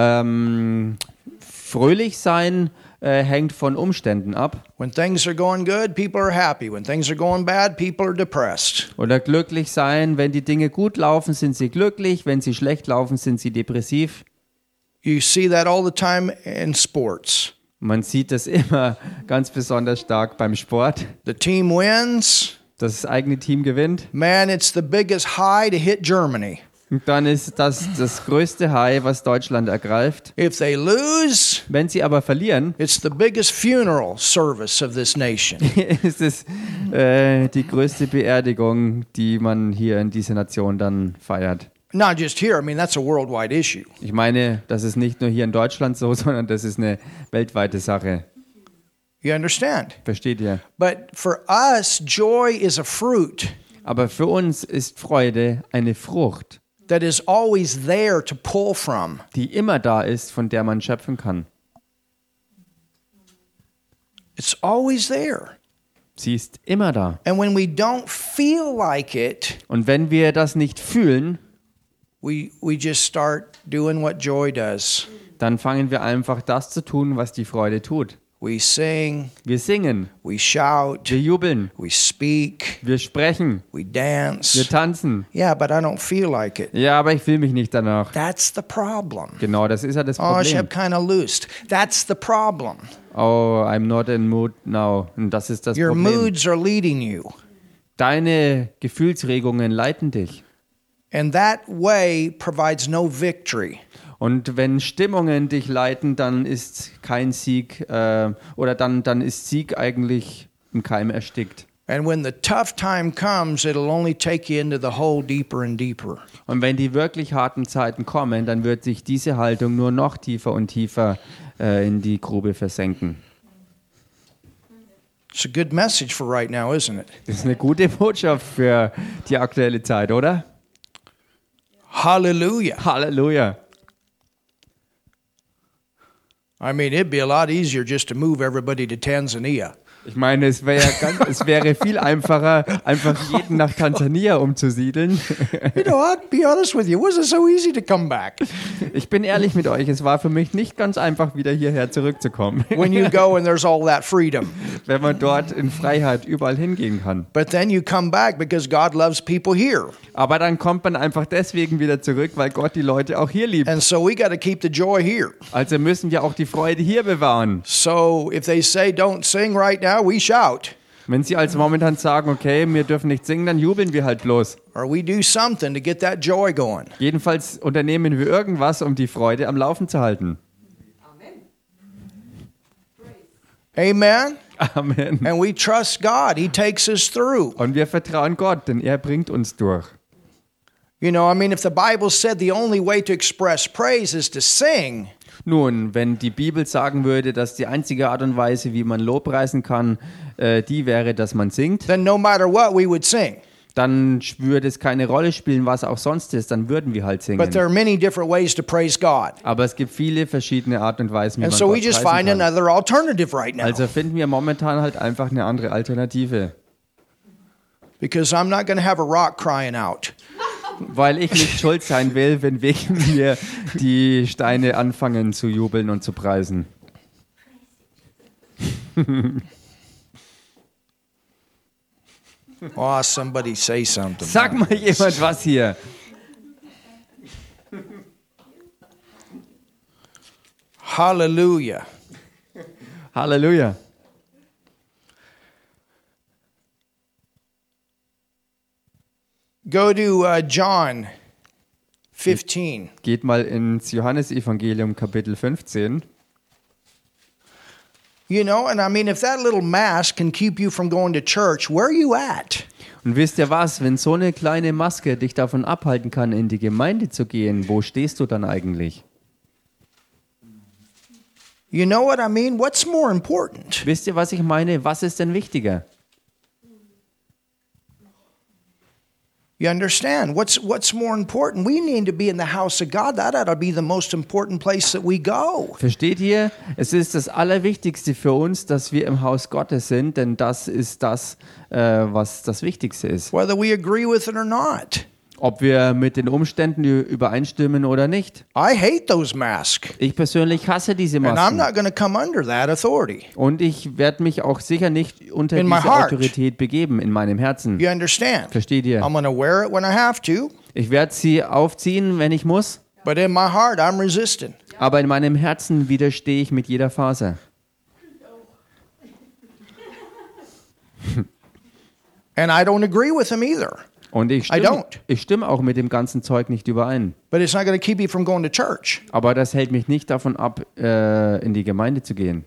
[SPEAKER 2] fröhlich sein hängt von Umständen ab.
[SPEAKER 1] When things are going good, people are happy. When things are going bad, people are depressed.
[SPEAKER 2] Oder glücklich sein, wenn die Dinge gut laufen, sind sie glücklich, wenn sie schlecht laufen, sind sie depressiv.
[SPEAKER 1] You see that all the time in sports.
[SPEAKER 2] Man sieht das immer ganz besonders stark beim Sport.
[SPEAKER 1] The team wins.
[SPEAKER 2] Das eigene Team gewinnt.
[SPEAKER 1] Man, it's the biggest high to hit Germany.
[SPEAKER 2] Und dann ist das größte High, was Deutschland ergreift.
[SPEAKER 1] If they lose,
[SPEAKER 2] Wenn sie aber verlieren,
[SPEAKER 1] it's the biggest funeral service of this nation.
[SPEAKER 2] ist es die größte Beerdigung, die man hier in dieser Nation dann feiert.
[SPEAKER 1] Not just here, I mean, that's a worldwide issue.
[SPEAKER 2] Ich meine, das ist nicht nur hier in Deutschland so, sondern das ist eine weltweite Sache.
[SPEAKER 1] You understand?
[SPEAKER 2] Versteht ihr?
[SPEAKER 1] But for us, joy is a fruit
[SPEAKER 2] Aber für uns ist Freude eine Frucht,
[SPEAKER 1] that is always there to pull from.
[SPEAKER 2] die immer da ist, von der man schöpfen kann.
[SPEAKER 1] It's always there.
[SPEAKER 2] Sie ist immer da.
[SPEAKER 1] And when we don't feel like it,
[SPEAKER 2] Und wenn wir das nicht fühlen,
[SPEAKER 1] we just start doing what joy does.
[SPEAKER 2] dann fangen wir einfach das zu tun, was die Freude tut.
[SPEAKER 1] We sing,
[SPEAKER 2] Wir singen,
[SPEAKER 1] we shout,
[SPEAKER 2] wir jubeln,
[SPEAKER 1] we speak,
[SPEAKER 2] wir sprechen,
[SPEAKER 1] we
[SPEAKER 2] wir
[SPEAKER 1] dance.
[SPEAKER 2] tanzen.
[SPEAKER 1] Yeah, but I don't feel like it.
[SPEAKER 2] Ja, aber ich fühle mich nicht danach.
[SPEAKER 1] That's the problem.
[SPEAKER 2] Genau, das ist ja das
[SPEAKER 1] Oh, ich
[SPEAKER 2] Problem.
[SPEAKER 1] habe keine Lust. That's the problem.
[SPEAKER 2] Oh, I'm not in mood now. Und das ist das
[SPEAKER 1] Your
[SPEAKER 2] Problem.
[SPEAKER 1] moods are leading you.
[SPEAKER 2] Deine Gefühlsregungen leiten dich.
[SPEAKER 1] And that way provides no victory.
[SPEAKER 2] Und wenn Stimmungen dich leiten, dann ist kein Sieg oder dann ist Sieg eigentlich im Keim erstickt.
[SPEAKER 1] And when the tough time comes, it'll only take you into the hole deeper and deeper.
[SPEAKER 2] Und wenn die wirklich harten Zeiten kommen, dann wird sich diese Haltung nur noch tiefer und tiefer in die Grube versenken.
[SPEAKER 1] It's a good message for right now, isn't it?
[SPEAKER 2] Das ist eine gute Botschaft für die aktuelle Zeit, oder?
[SPEAKER 1] Hallelujah.
[SPEAKER 2] Halleluja.
[SPEAKER 1] I mean, it'd be a lot easier just to move everybody to Tanzania.
[SPEAKER 2] Ich meine, es wäre viel einfacher, einfach jeden nach Tansania umzusiedeln.
[SPEAKER 1] You know, I'd be honest with you. Was it so easy to come back?
[SPEAKER 2] Ich bin ehrlich mit euch, es war für mich nicht ganz einfach, wieder hierher zurückzukommen,
[SPEAKER 1] When you go and there's all that freedom.
[SPEAKER 2] wenn man dort in Freiheit überall hingehen kann.
[SPEAKER 1] But then you come back because God loves people here.
[SPEAKER 2] Aber dann kommt man einfach deswegen wieder zurück, weil Gott die Leute auch hier liebt.
[SPEAKER 1] And so we got to keep the joy here.
[SPEAKER 2] Also müssen wir auch die Freude hier bewahren.
[SPEAKER 1] So if they say don't sing right now, we shout.
[SPEAKER 2] Wenn sie also momentan sagen, okay, wir dürfen nicht singen, dann jubeln wir halt bloß.
[SPEAKER 1] Or we do something to get that joy going.
[SPEAKER 2] Jedenfalls unternehmen wir irgendwas, um die Freude am Laufen zu halten.
[SPEAKER 1] Amen.
[SPEAKER 2] Amen.
[SPEAKER 1] And we trust God. He takes us through.
[SPEAKER 2] Und wir vertrauen Gott, denn er bringt uns durch.
[SPEAKER 1] You know, I mean, if the Bible said the only way to express praise is to sing,
[SPEAKER 2] Nun, wenn die Bibel sagen würde, dass die einzige Art und Weise, wie man Lobpreisen kann, die wäre, dass man singt,
[SPEAKER 1] then no matter what, we would sing.
[SPEAKER 2] dann würde es keine Rolle spielen, was auch sonst ist, dann würden wir halt
[SPEAKER 1] But there
[SPEAKER 2] singen.
[SPEAKER 1] are many different ways to praise God.
[SPEAKER 2] Aber es gibt viele verschiedene Arten und Weisen, wie
[SPEAKER 1] And
[SPEAKER 2] man
[SPEAKER 1] so we
[SPEAKER 2] Gott
[SPEAKER 1] just
[SPEAKER 2] preisen
[SPEAKER 1] find
[SPEAKER 2] kann.
[SPEAKER 1] another alternative right now.
[SPEAKER 2] Also finden wir momentan halt einfach eine andere Alternative.
[SPEAKER 1] Because I'm not going to have a rock crying out.
[SPEAKER 2] Weil ich nicht schuld sein will, wenn wegen mir die Steine anfangen zu jubeln und zu preisen.
[SPEAKER 1] Oh, somebody say something.
[SPEAKER 2] Sag mal jemand was hier.
[SPEAKER 1] Hallelujah.
[SPEAKER 2] Halleluja.
[SPEAKER 1] Go to John 15.
[SPEAKER 2] Geht mal ins Johannesevangelium Kapitel 15.
[SPEAKER 1] You know, and I mean, if that little mask can keep you from going to church, where are you at?
[SPEAKER 2] Und wisst ihr was, wenn so eine kleine Maske dich davon abhalten kann, in die Gemeinde zu gehen, wo stehst du dann eigentlich?
[SPEAKER 1] You know what I mean? What's more important?
[SPEAKER 2] Wisst ihr, was ich meine? Was ist denn wichtiger?
[SPEAKER 1] You understand? What's more important? We need to be in the house of God. That ought to be the most important place that we go.
[SPEAKER 2] Versteht ihr? Es ist das Allerwichtigste für uns, dass wir im Haus Gottes sind, denn das ist das, was das Wichtigste ist.
[SPEAKER 1] Whether we agree with it or not.
[SPEAKER 2] Ob wir mit den Umständen übereinstimmen oder nicht.
[SPEAKER 1] I hate those masks.
[SPEAKER 2] Ich persönlich hasse diese
[SPEAKER 1] And I'm
[SPEAKER 2] Masken.
[SPEAKER 1] not going to come under that authority.
[SPEAKER 2] Und ich werde mich auch sicher nicht unter
[SPEAKER 1] In my
[SPEAKER 2] diese
[SPEAKER 1] heart.
[SPEAKER 2] Autorität begeben in meinem Herzen.
[SPEAKER 1] You understand?
[SPEAKER 2] Versteht ihr?
[SPEAKER 1] I'm going to wear it when I have to,
[SPEAKER 2] Ich werde sie aufziehen, wenn ich muss,
[SPEAKER 1] but in my heart, I'm resistant.
[SPEAKER 2] aber in meinem Herzen widerstehe ich mit jeder Faser.
[SPEAKER 1] And I don't agree with them either.
[SPEAKER 2] Und ich
[SPEAKER 1] don't.
[SPEAKER 2] stimme auch mit dem ganzen Zeug nicht überein.
[SPEAKER 1] But it's not going to keep you from going to church.
[SPEAKER 2] Aber das hält mich nicht davon ab, in die Gemeinde zu gehen.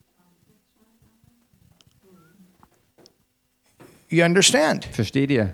[SPEAKER 1] You understand?
[SPEAKER 2] Versteht ihr?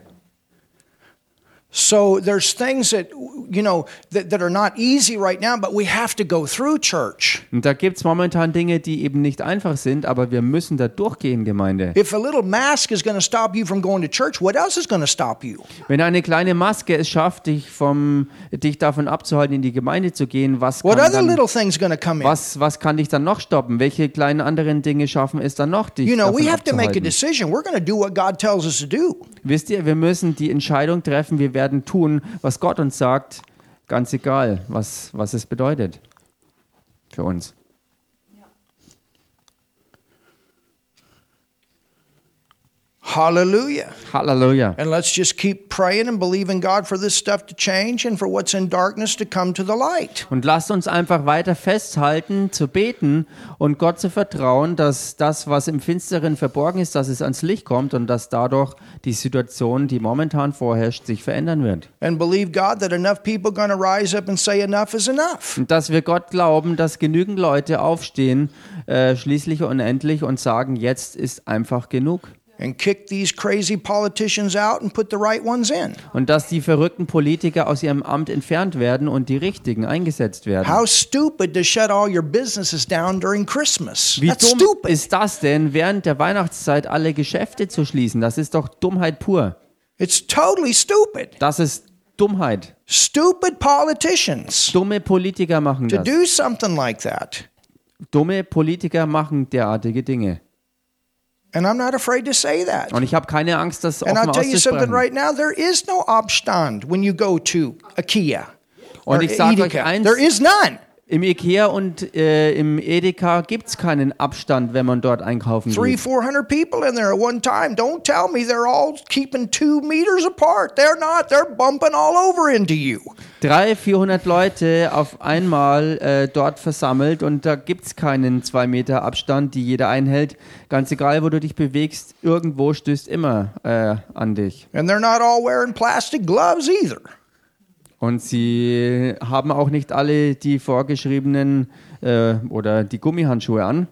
[SPEAKER 1] So there's things that, you know, that are not easy right now, but we have to go through church.
[SPEAKER 2] Und da gibt es momentan Dinge, die eben nicht einfach sind, aber wir müssen da durchgehen, Gemeinde.
[SPEAKER 1] If a little mask is going to stop you from going to church, what else is going to stop you?
[SPEAKER 2] Wenn eine kleine Maske es schafft, dich davon abzuhalten, in die Gemeinde zu gehen,
[SPEAKER 1] What other little things going to come in?
[SPEAKER 2] was kann dich dann noch stoppen? Welche kleinen anderen Dinge schaffen es dann noch, dich
[SPEAKER 1] You know,
[SPEAKER 2] davon
[SPEAKER 1] we have to make a
[SPEAKER 2] abzuhalten?
[SPEAKER 1] decision. We're going to do what God tells us to do.
[SPEAKER 2] Wisst ihr, wir müssen die Entscheidung treffen, wir werden tun, was Gott uns sagt, ganz egal, was es bedeutet für uns.
[SPEAKER 1] Hallelujah.
[SPEAKER 2] Halleluja.
[SPEAKER 1] And let's just keep praying and believing God for this stuff to change and for what's in darkness to come to the light.
[SPEAKER 2] Und lasst uns einfach weiter festhalten, zu beten und Gott zu vertrauen, dass das, was im Finsteren verborgen ist, dass es ans Licht kommt und dass dadurch die Situation, die momentan vorherrscht, sich verändern wird.
[SPEAKER 1] And believe God that enough people are going to rise up and say enough is enough.
[SPEAKER 2] Und dass wir Gott glauben, dass genügend Leute aufstehen, schließlich und endlich und sagen, jetzt ist einfach genug.
[SPEAKER 1] And kick these crazy politicians out and put the right ones in.
[SPEAKER 2] Und dass die verrückten Politiker aus ihrem Amt entfernt werden und die richtigen eingesetzt werden.
[SPEAKER 1] How stupid to shut all your businesses down during Christmas.
[SPEAKER 2] Wie
[SPEAKER 1] That's
[SPEAKER 2] dumm
[SPEAKER 1] stupid.
[SPEAKER 2] ist das denn, während der Weihnachtszeit alle Geschäfte zu schließen? Das ist doch Dummheit pur.
[SPEAKER 1] It's totally stupid.
[SPEAKER 2] Das ist Dummheit.
[SPEAKER 1] Stupid politicians
[SPEAKER 2] Dumme Politiker machen
[SPEAKER 1] to
[SPEAKER 2] das.
[SPEAKER 1] do something like that.
[SPEAKER 2] Dumme Politiker machen derartige Dinge.
[SPEAKER 1] And I'm not afraid to say that.
[SPEAKER 2] Und ich habe keine Angst, das
[SPEAKER 1] And
[SPEAKER 2] offen
[SPEAKER 1] I'll tell you something
[SPEAKER 2] auszusprechen.
[SPEAKER 1] right now, there is no Abstand when you go to IKEA or
[SPEAKER 2] Und ich sage euch
[SPEAKER 1] Edeka.
[SPEAKER 2] eins,
[SPEAKER 1] There is none.
[SPEAKER 2] im Ikea und im Edeka gibt es keinen Abstand, wenn man dort einkaufen
[SPEAKER 1] 300,
[SPEAKER 2] geht.
[SPEAKER 1] 400 people in there at one time. Don't tell me they're all keeping 2 meters apart. They're not. They're bumping all over into you.
[SPEAKER 2] 300, 400 Leute auf einmal dort versammelt und da gibt es keinen 2 Meter Abstand, die jeder einhält. Ganz egal, wo du dich bewegst, irgendwo stößt immer an dich.
[SPEAKER 1] And they're not all wearing plastic gloves either.
[SPEAKER 2] Und sie haben auch nicht alle die vorgeschriebenen oder die Gummihandschuhe an.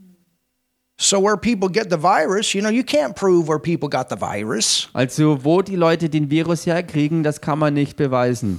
[SPEAKER 1] So where people get the virus, you know, you can't prove where people got the virus.
[SPEAKER 2] Also wo die Leute den Virus herkriegen, das kann man nicht beweisen.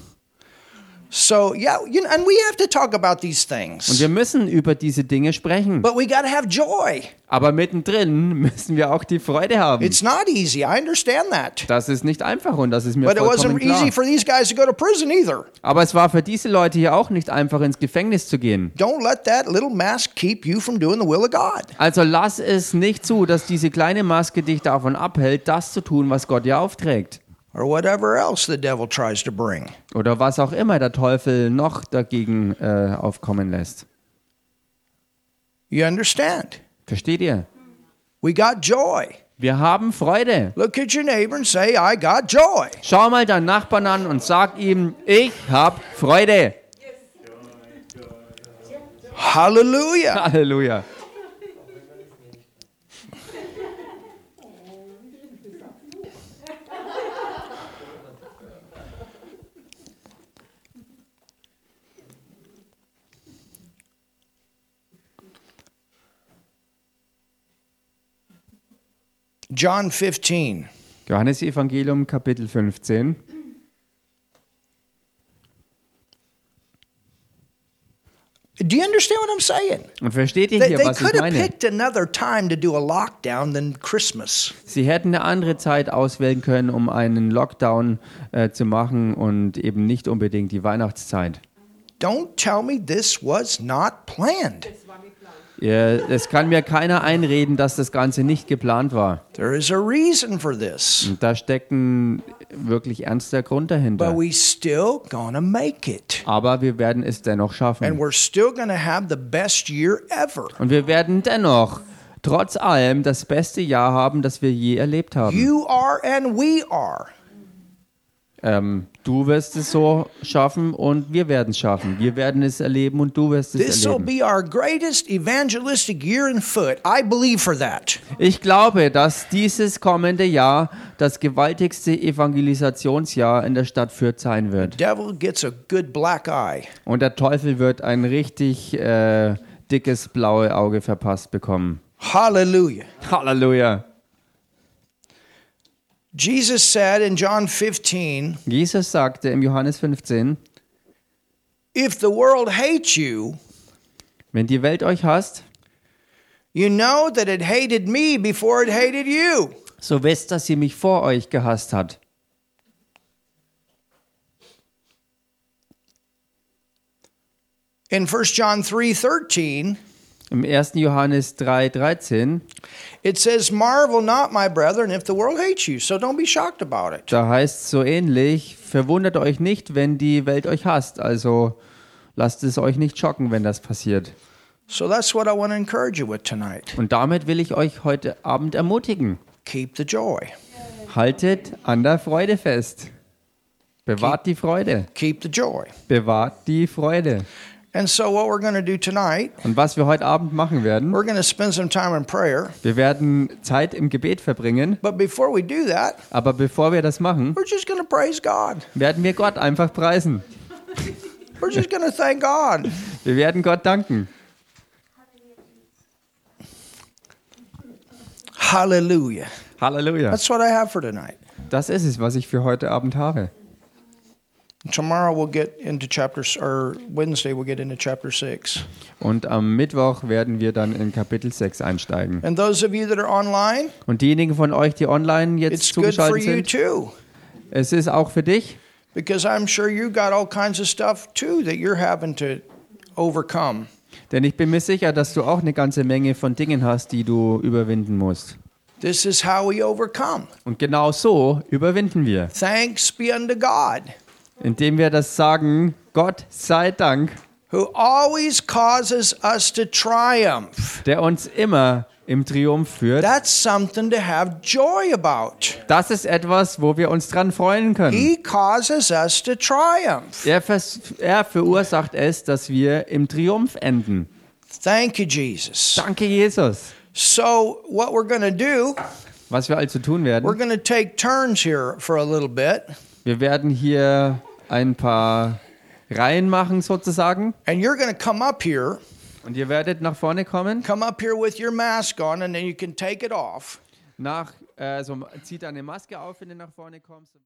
[SPEAKER 1] So, yeah, you know, and we have to talk about these
[SPEAKER 2] Und
[SPEAKER 1] things.
[SPEAKER 2] wir müssen über diese Dinge sprechen.
[SPEAKER 1] But we got to have joy.
[SPEAKER 2] Aber mittendrin müssen wir auch die Freude haben.
[SPEAKER 1] It's not easy. I understand that.
[SPEAKER 2] Das ist nicht einfach und das ist mir
[SPEAKER 1] But it
[SPEAKER 2] vollkommen
[SPEAKER 1] wasn't easy
[SPEAKER 2] klar.
[SPEAKER 1] for these guys to go to prison either.
[SPEAKER 2] Aber es war für diese Leute hier auch nicht einfach, ins Gefängnis zu gehen.
[SPEAKER 1] Don't let that little mask keep you from doing the will of God.
[SPEAKER 2] Also lass es nicht zu, dass diese kleine Maske dich davon abhält, das zu tun, was Gott dir aufträgt.
[SPEAKER 1] Or whatever else the devil tries to bring.
[SPEAKER 2] Oder was auch immer der Teufel noch dagegen aufkommen lässt.
[SPEAKER 1] You understand?
[SPEAKER 2] Versteht ihr?
[SPEAKER 1] We got joy.
[SPEAKER 2] Wir haben Freude.
[SPEAKER 1] Look at your neighbor and say, I got joy.
[SPEAKER 2] Schau mal deinen Nachbarn an und sag ihm, ich habe Freude.
[SPEAKER 1] Hallelujah.
[SPEAKER 2] Halleluja.
[SPEAKER 1] John 15.
[SPEAKER 2] Johannes Evangelium Kapitel 15.
[SPEAKER 1] Do you understand what I'm saying?
[SPEAKER 2] Und versteht ihr
[SPEAKER 1] They,
[SPEAKER 2] hier,
[SPEAKER 1] they
[SPEAKER 2] was ich
[SPEAKER 1] could have
[SPEAKER 2] meine?
[SPEAKER 1] picked another time to do a lockdown than Christmas.
[SPEAKER 2] Sie hätten eine andere Zeit auswählen können, um einen Lockdown zu machen und eben nicht unbedingt die Weihnachtszeit.
[SPEAKER 1] Don't tell me this was not planned.
[SPEAKER 2] Es kann mir keiner einreden, dass das Ganze nicht geplant war.
[SPEAKER 1] There is a reason for this.
[SPEAKER 2] Und da steckt ein wirklich ernster Grund
[SPEAKER 1] But
[SPEAKER 2] dahinter.
[SPEAKER 1] we still gonna make it.
[SPEAKER 2] Aber wir werden es dennoch
[SPEAKER 1] And
[SPEAKER 2] schaffen.
[SPEAKER 1] we're still gonna have the best year ever.
[SPEAKER 2] Und wir werden dennoch, trotz allem, das beste Jahr haben, das wir je erlebt haben.
[SPEAKER 1] You are and we are.
[SPEAKER 2] Du wirst es so schaffen und wir werden es schaffen. Wir werden es erleben und du wirst es
[SPEAKER 1] This will
[SPEAKER 2] erleben.
[SPEAKER 1] be our greatest evangelistic year in foot. I believe for that.
[SPEAKER 2] Ich glaube, dass dieses kommende Jahr das gewaltigste Evangelisationsjahr in der Stadt Fürth sein wird.
[SPEAKER 1] Devil gets a good black eye.
[SPEAKER 2] Und der Teufel wird ein richtig dickes blaue Auge verpasst bekommen.
[SPEAKER 1] Hallelujah.
[SPEAKER 2] Halleluja.
[SPEAKER 1] Jesus said in John 15,
[SPEAKER 2] Jesus sagte im Johannes 15,
[SPEAKER 1] if the world hates you,
[SPEAKER 2] wenn die Welt euch hasst,
[SPEAKER 1] you know that it hated me before it hated you.
[SPEAKER 2] so wisst, dass sie mich vor euch gehasst hat.
[SPEAKER 1] In 1 John 3:13,
[SPEAKER 2] Im 1. Johannes 3,13,
[SPEAKER 1] it says, marvel not, my brethren, if the world hates you. So don't be shocked about it.
[SPEAKER 2] da heißt es so ähnlich, verwundert euch nicht, wenn die Welt euch hasst. Also lasst es euch nicht schocken, wenn das passiert.
[SPEAKER 1] So that's what I want to encourage you with tonight.
[SPEAKER 2] Und damit will ich euch heute Abend ermutigen.
[SPEAKER 1] Keep the joy.
[SPEAKER 2] Haltet an der Freude fest. Bewahrt die Freude.
[SPEAKER 1] Keep the joy.
[SPEAKER 2] Bewahrt die Freude.
[SPEAKER 1] And so what we're going to do tonight,
[SPEAKER 2] Und was wir heute Abend machen werden,
[SPEAKER 1] we're going to spend some time in prayer.
[SPEAKER 2] wir werden Zeit im Gebet verbringen.
[SPEAKER 1] But before we do that,
[SPEAKER 2] Aber bevor wir das machen,
[SPEAKER 1] we're just going to praise God.
[SPEAKER 2] werden wir Gott einfach preisen.
[SPEAKER 1] We're just going to thank God.
[SPEAKER 2] Wir werden Gott danken.
[SPEAKER 1] Hallelujah.
[SPEAKER 2] Halleluja.
[SPEAKER 1] That's what I have for tonight.
[SPEAKER 2] Das ist es, was ich für heute Abend habe.
[SPEAKER 1] Tomorrow we'll get into Wednesday we'll get into chapter 6.
[SPEAKER 2] Und am Mittwoch werden wir dann in Kapitel 6 einsteigen.
[SPEAKER 1] And those of you that are online,
[SPEAKER 2] Und diejenigen von euch, die online jetzt
[SPEAKER 1] it's good for
[SPEAKER 2] zugeschaltet
[SPEAKER 1] you
[SPEAKER 2] sind,
[SPEAKER 1] too.
[SPEAKER 2] es ist auch für dich,
[SPEAKER 1] Because I'm sure you got all kinds of stuff too that you're having to overcome.
[SPEAKER 2] denn ich bin mir sicher, dass du auch eine ganze Menge von Dingen hast, die du überwinden musst.
[SPEAKER 1] This is how we overcome.
[SPEAKER 2] Und genau so überwinden wir,
[SPEAKER 1] Thanks be unto God,
[SPEAKER 2] indem wir das sagen, Gott sei Dank,
[SPEAKER 1] who always causes us to triumph.
[SPEAKER 2] der uns immer im Triumph führt.
[SPEAKER 1] That's something to have joy about.
[SPEAKER 2] Das ist etwas, wo wir uns dran freuen können.
[SPEAKER 1] He causes us to triumph.
[SPEAKER 2] Er verursacht es, dass wir im Triumph enden.
[SPEAKER 1] Thank you, Jesus.
[SPEAKER 2] Danke, Jesus.
[SPEAKER 1] So, what we're going to do,
[SPEAKER 2] Was wir also tun
[SPEAKER 1] we're
[SPEAKER 2] werden,
[SPEAKER 1] going to take turns here for a little bit.
[SPEAKER 2] wir werden hier ein paar Reihen machen sozusagen.
[SPEAKER 1] And you're going to come up here,
[SPEAKER 2] Und ihr werdet nach vorne kommen.
[SPEAKER 1] come up here with your mask on, and then you can take it off.
[SPEAKER 2] So zieht eine Maske auf, wenn ihr nach vorne kommt.